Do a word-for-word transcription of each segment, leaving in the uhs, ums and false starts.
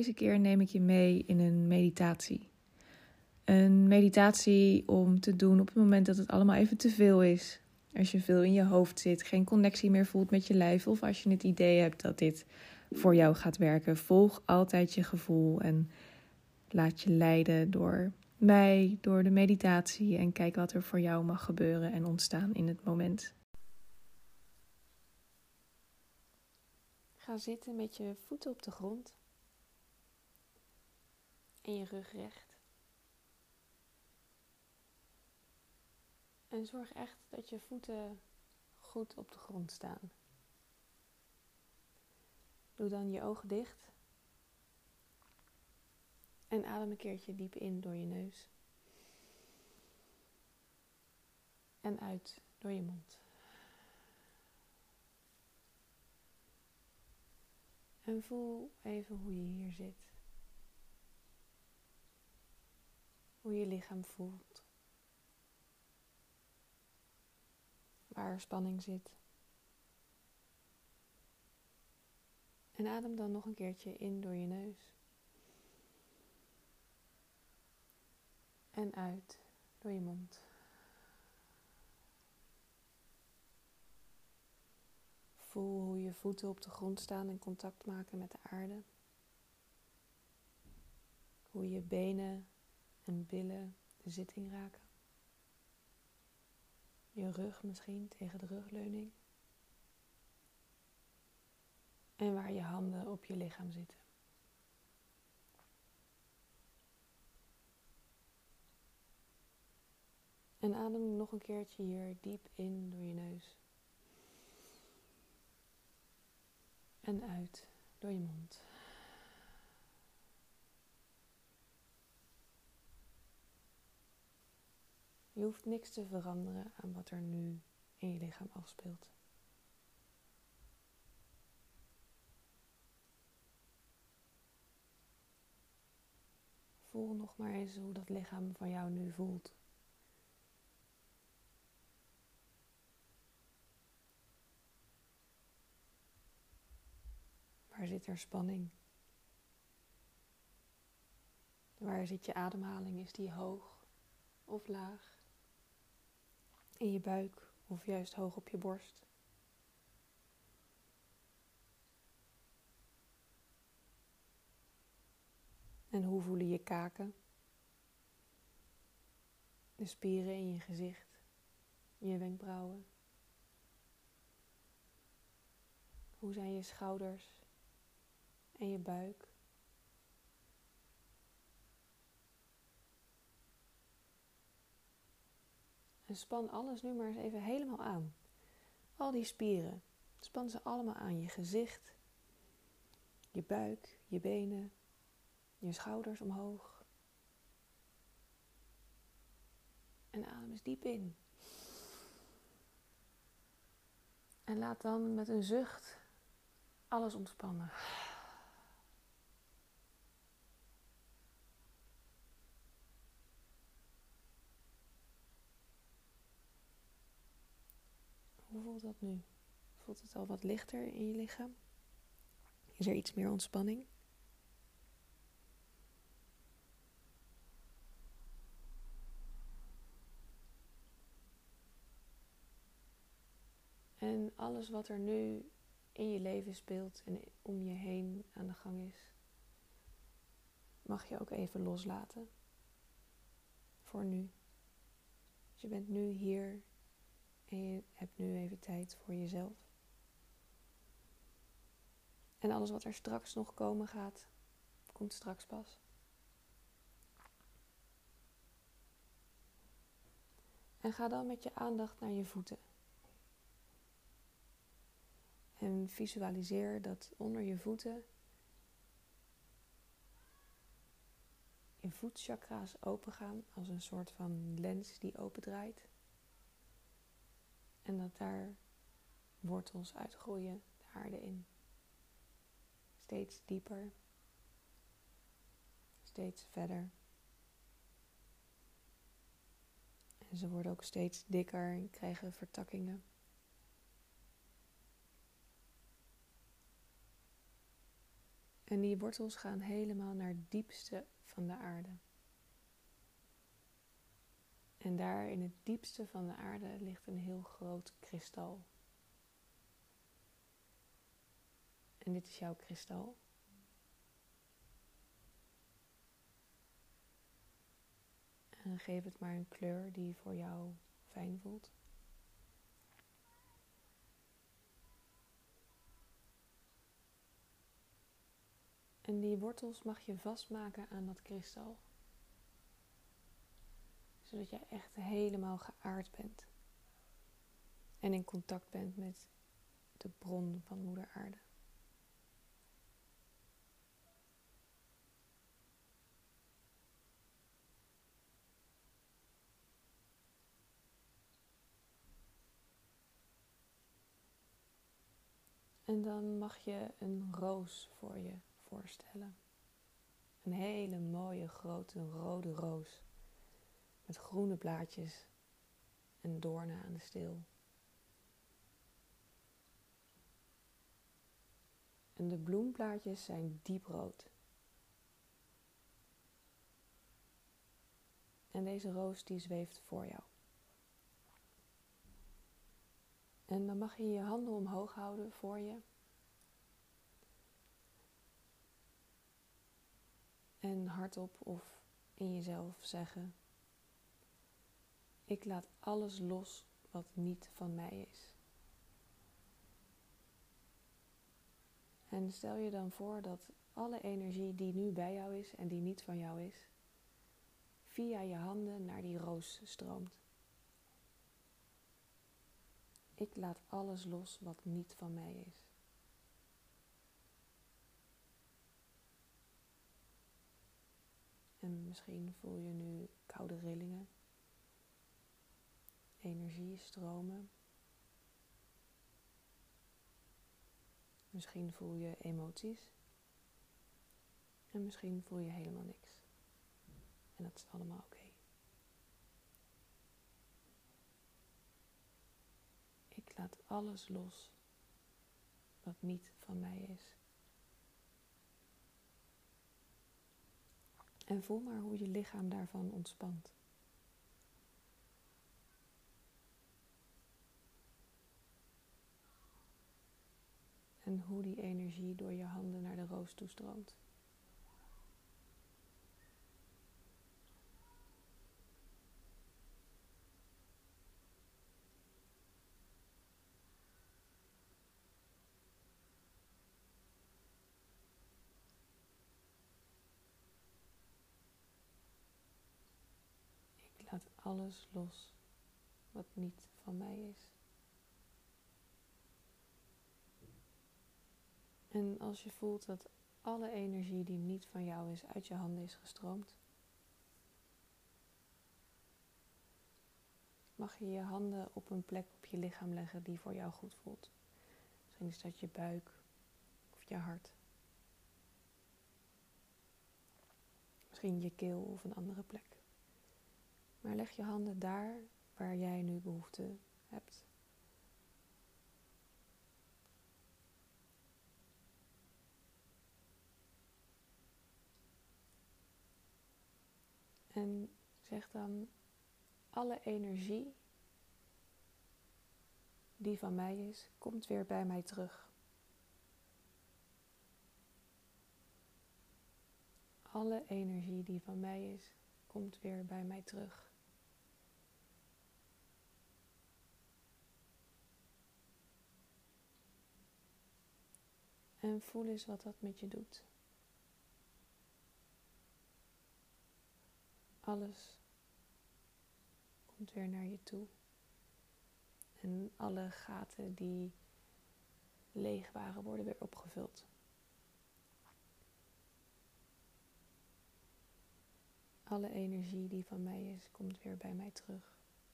deze keer neem ik je mee in een meditatie. Een meditatie om te doen op het moment dat het allemaal even te veel is. Als je veel in je hoofd zit, geen connectie meer voelt met je lijf, of als je het idee hebt dat dit voor jou gaat werken. Volg altijd je gevoel en laat je leiden door mij, door de meditatie en kijk wat er voor jou mag gebeuren en ontstaan in het moment. Ga zitten met je voeten op de grond en je rug recht. En zorg echt dat je voeten goed op de grond staan. Doe dan je ogen dicht. En adem een keertje diep in door je neus. En uit door je mond. En voel even hoe je hier zit. Hoe je lichaam voelt. Waar spanning zit. En adem dan nog een keertje in door je neus. En uit door je mond. Voel hoe je voeten op de grond staan en contact maken met de aarde. Hoe je benen en billen de zitting raken. Je rug misschien tegen de rugleuning. En waar je handen op je lichaam zitten. En adem nog een keertje hier diep in door je neus. En uit door je mond. Je hoeft niks te veranderen aan wat er nu in je lichaam afspeelt. Voel nog maar eens hoe dat lichaam van jou nu voelt. Waar zit er spanning? Waar zit je ademhaling? Is die hoog of laag? In je buik of juist hoog op je borst? En hoe voelen je kaken? De spieren in je gezicht, je wenkbrauwen? Hoe zijn je schouders en je buik? En span alles nu maar eens even helemaal aan. Al die spieren, span ze allemaal aan. Je gezicht, je buik, je benen, je schouders omhoog. En adem eens diep in. En laat dan met een zucht alles ontspannen. Hoe voelt dat nu? Voelt het al wat lichter in je lichaam? Is er iets meer ontspanning? En alles wat er nu in je leven speelt en om je heen aan de gang is, mag je ook even loslaten. Voor nu. Dus je bent nu hier en je hebt nu even tijd voor jezelf. En alles wat er straks nog komen gaat, komt straks pas. En ga dan met je aandacht naar je voeten. En visualiseer dat onder je voeten je voetchakra's opengaan als een soort van lens die opendraait. En dat daar wortels uitgroeien de aarde in. Steeds dieper. Steeds verder. En ze worden ook steeds dikker en krijgen vertakkingen. En die wortels gaan helemaal naar het diepste van de aarde. En daar in het diepste van de aarde ligt een heel groot kristal. En dit is jouw kristal. En geef het maar een kleur die voor jou fijn voelt. En die wortels mag je vastmaken aan dat kristal. Zodat jij echt helemaal geaard bent. En in contact bent met de bron van Moeder Aarde. En dan mag je een roos voor je voorstellen. Een hele mooie grote rode roos. Met groene blaadjes en doornen aan de steel. En de bloemblaadjes zijn dieprood. En deze roos die zweeft voor jou. En dan mag je je handen omhoog houden voor je. En hardop of in jezelf zeggen: ik laat alles los wat niet van mij is. En stel je dan voor dat alle energie die nu bij jou is en die niet van jou is, via je handen naar die roos stroomt. Ik laat alles los wat niet van mij is. En misschien voel je nu koude rillingen, energie stromen. Misschien voel je emoties. En misschien voel je helemaal niks. En dat is allemaal oké. Ik laat alles los wat niet van mij is. En voel maar hoe je lichaam daarvan ontspant. En hoe die energie door je handen naar de roos toestroomt. Ik laat alles los wat niet van mij is. En als je voelt dat alle energie die niet van jou is uit je handen is gestroomd, mag je je handen op een plek op je lichaam leggen die voor jou goed voelt. Misschien is dat je buik of je hart. Misschien je keel of een andere plek. Maar leg je handen daar waar jij nu behoefte hebt. En zeg dan: alle energie die van mij is, komt weer bij mij terug. Alle energie die van mij is, komt weer bij mij terug. En voel eens wat dat met je doet. Alles komt weer naar je toe. En alle gaten die leeg waren, worden weer opgevuld. Alle energie die van mij is, komt weer bij mij terug.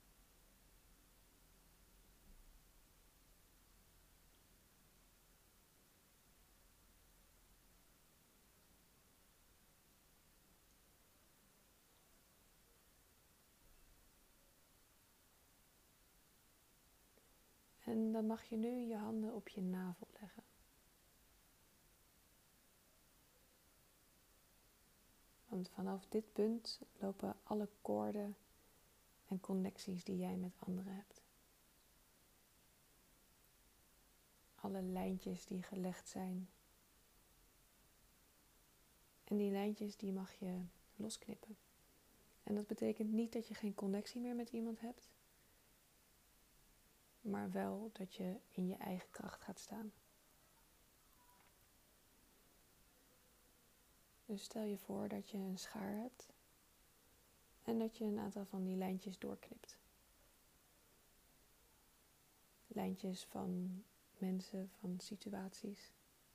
En dan mag je nu je handen op je navel leggen. Want vanaf dit punt lopen alle koorden en connecties die jij met anderen hebt. Alle lijntjes die gelegd zijn. En die lijntjes die mag je losknippen. En dat betekent niet dat je geen connectie meer met iemand hebt. Maar wel dat je in je eigen kracht gaat staan. Dus stel je voor dat je een schaar hebt. En dat je een aantal van die lijntjes doorknipt. Lijntjes van mensen, van situaties.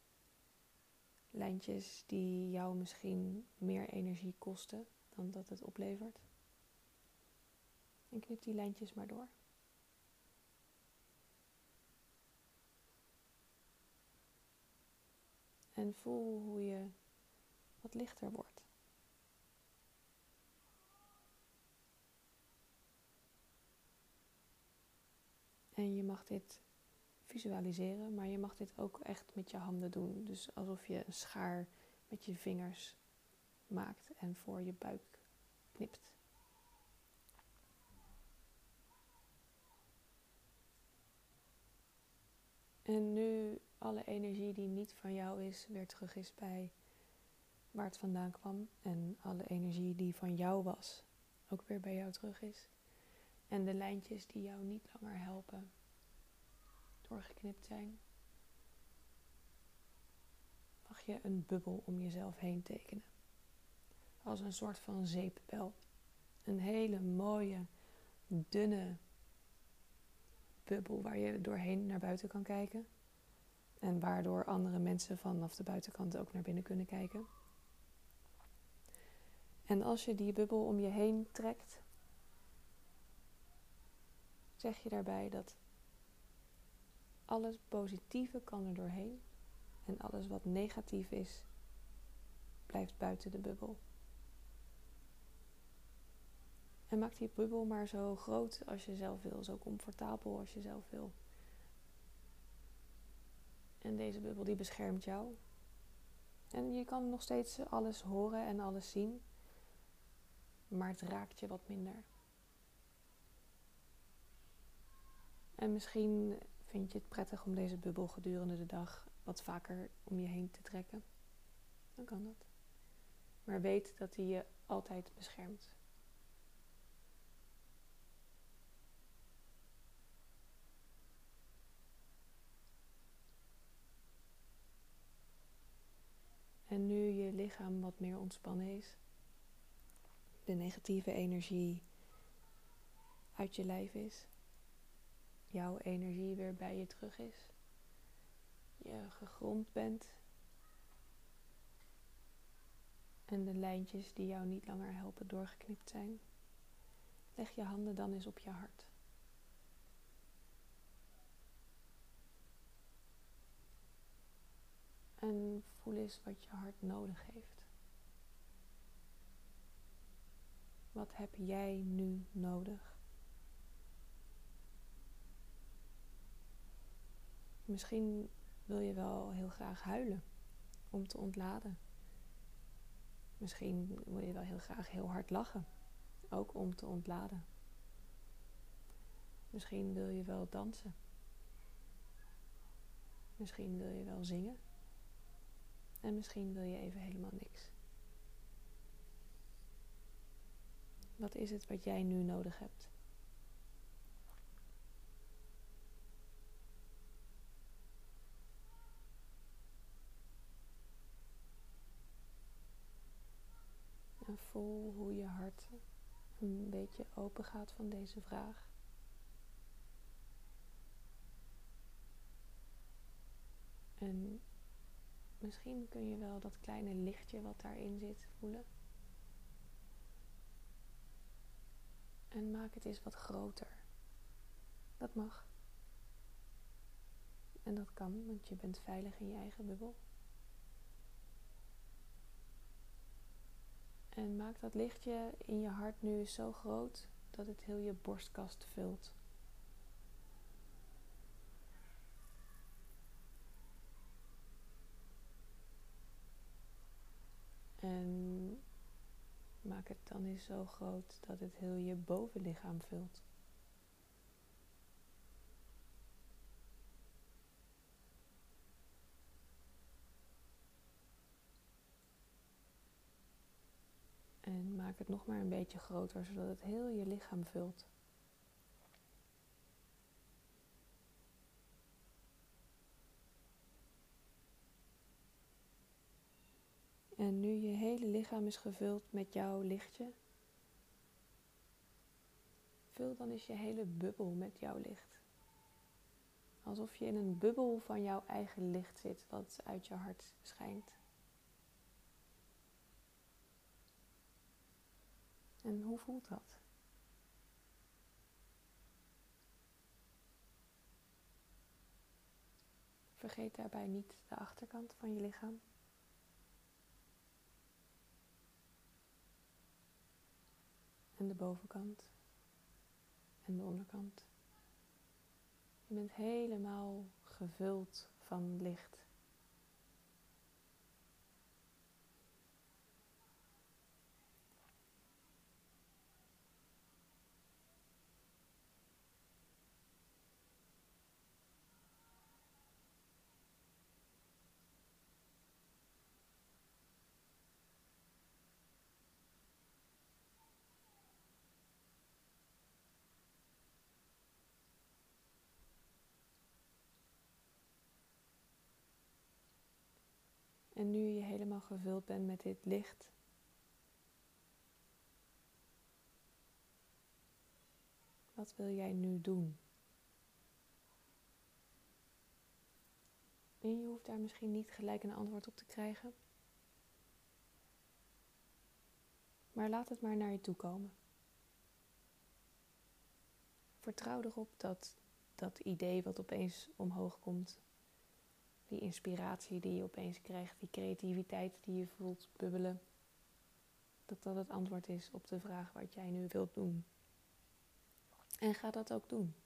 Lijntjes die jou misschien meer energie kosten dan dat het oplevert. En knip die lijntjes maar door. En voel hoe je wat lichter wordt. En je mag dit visualiseren, maar je mag dit ook echt met je handen doen. Dus alsof je een schaar met je vingers maakt en voor je buik knipt. En nu alle energie die niet van jou is, weer terug is bij waar het vandaan kwam. En alle energie die van jou was, ook weer bij jou terug is. En de lijntjes die jou niet langer helpen, doorgeknipt zijn. Mag je een bubbel om jezelf heen tekenen. Als een soort van zeepbel. Een hele mooie, dunne bubbel waar je doorheen naar buiten kan kijken. En waardoor andere mensen vanaf de buitenkant ook naar binnen kunnen kijken. En als je die bubbel om je heen trekt, zeg je daarbij dat alles positieve kan er doorheen. En alles wat negatief is, blijft buiten de bubbel. En maak die bubbel maar zo groot als je zelf wil. Zo comfortabel als je zelf wil. En deze bubbel die beschermt jou. En je kan nog steeds alles horen en alles zien. Maar het raakt je wat minder. En misschien vind je het prettig om deze bubbel gedurende de dag wat vaker om je heen te trekken. Dan kan dat. Maar weet dat hij je altijd beschermt. En nu je lichaam wat meer ontspannen is. De negatieve energie uit je lijf is. Jouw energie weer bij je terug is. Je gegrond bent. En de lijntjes die jou niet langer helpen doorgeknipt zijn. Leg je handen dan eens op je hart. En voel eens wat je hart nodig heeft. Wat heb jij nu nodig? Misschien wil je wel heel graag huilen om te ontladen. Misschien wil je wel heel graag heel hard lachen, ook om te ontladen. Misschien wil je wel dansen. Misschien wil je wel zingen. En misschien wil je even helemaal niks. Wat is het wat jij nu nodig hebt? En voel hoe je hart een beetje open gaat van deze vraag. En misschien kun je wel dat kleine lichtje wat daarin zit voelen. En maak het eens wat groter. Dat mag. En dat kan, want je bent veilig in je eigen bubbel. En maak dat lichtje in je hart nu zo groot dat het heel je borstkast vult. En Maak het dan eens zo groot dat het heel je bovenlichaam vult. En maak het nog maar een beetje groter, zodat het heel je lichaam vult. En nu je hele lichaam is gevuld met jouw lichtje, vul dan eens je hele bubbel met jouw licht. Alsof je in een bubbel van jouw eigen licht zit, wat uit je hart schijnt. En hoe voelt dat? Vergeet daarbij niet de achterkant van je lichaam. En de bovenkant. En de onderkant. Je bent helemaal gevuld van licht. En nu je helemaal gevuld bent met dit licht, wat wil jij nu doen? En je hoeft daar misschien niet gelijk een antwoord op te krijgen. Maar laat het maar naar je toe komen. Vertrouw erop dat dat idee wat opeens omhoog komt, die inspiratie die je opeens krijgt, die creativiteit die je voelt bubbelen, dat dat het antwoord is op de vraag wat jij nu wilt doen. En ga dat ook doen.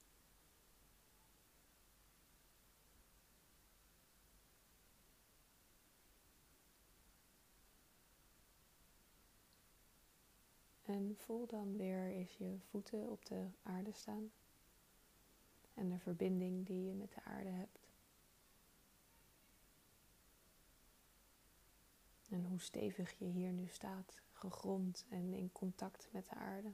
En voel dan weer eens je voeten op de aarde staan. En de verbinding die je met de aarde hebt. En hoe stevig je hier nu staat, gegrond en in contact met de aarde.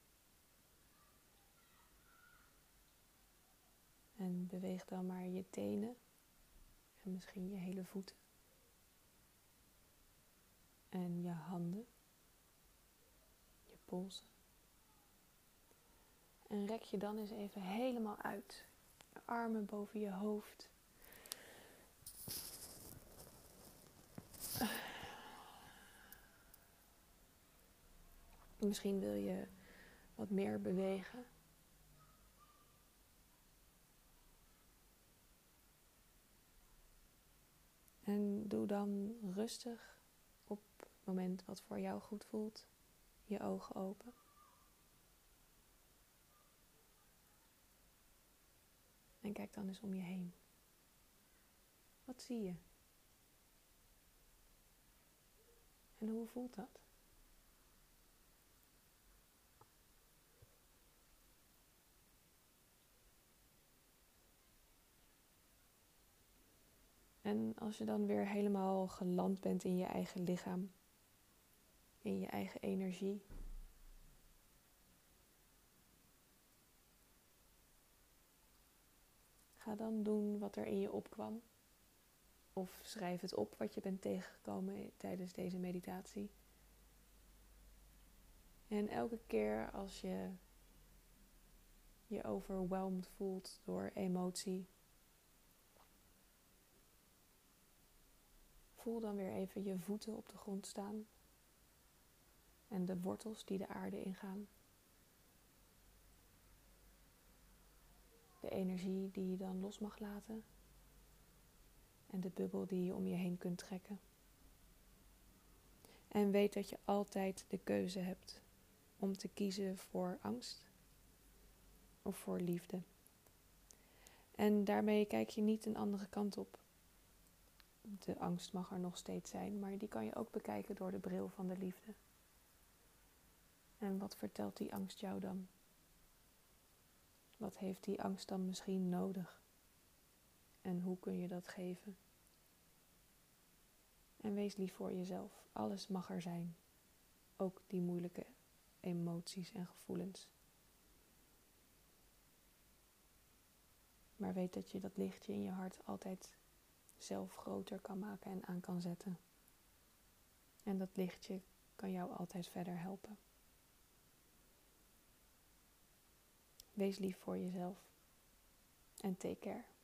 En beweeg dan maar je tenen en misschien je hele voeten. En je handen, je polsen. En rek je dan eens even helemaal uit. Je armen boven je hoofd. Misschien wil je wat meer bewegen. En doe dan rustig op het moment wat voor jou goed voelt, je ogen open. En kijk dan eens om je heen. Wat zie je? En hoe voelt dat? En als je dan weer helemaal geland bent in je eigen lichaam, in je eigen energie, ga dan doen wat er in je opkwam. Of schrijf het op wat je bent tegengekomen tijdens deze meditatie. En elke keer als je je overweldigd voelt door emotie, voel dan weer even je voeten op de grond staan. En de wortels die de aarde ingaan. De energie die je dan los mag laten. En de bubbel die je om je heen kunt trekken. En weet dat je altijd de keuze hebt om te kiezen voor angst of voor liefde. En daarmee kijk je niet een andere kant op. De angst mag er nog steeds zijn, maar die kan je ook bekijken door de bril van de liefde. En wat vertelt die angst jou dan? Wat heeft die angst dan misschien nodig? En hoe kun je dat geven? En wees lief voor jezelf. Alles mag er zijn. Ook die moeilijke emoties en gevoelens. Maar weet dat je dat lichtje in je hart altijd zelf groter kan maken en aan kan zetten. En dat lichtje kan jou altijd verder helpen. Wees lief voor jezelf. En take care.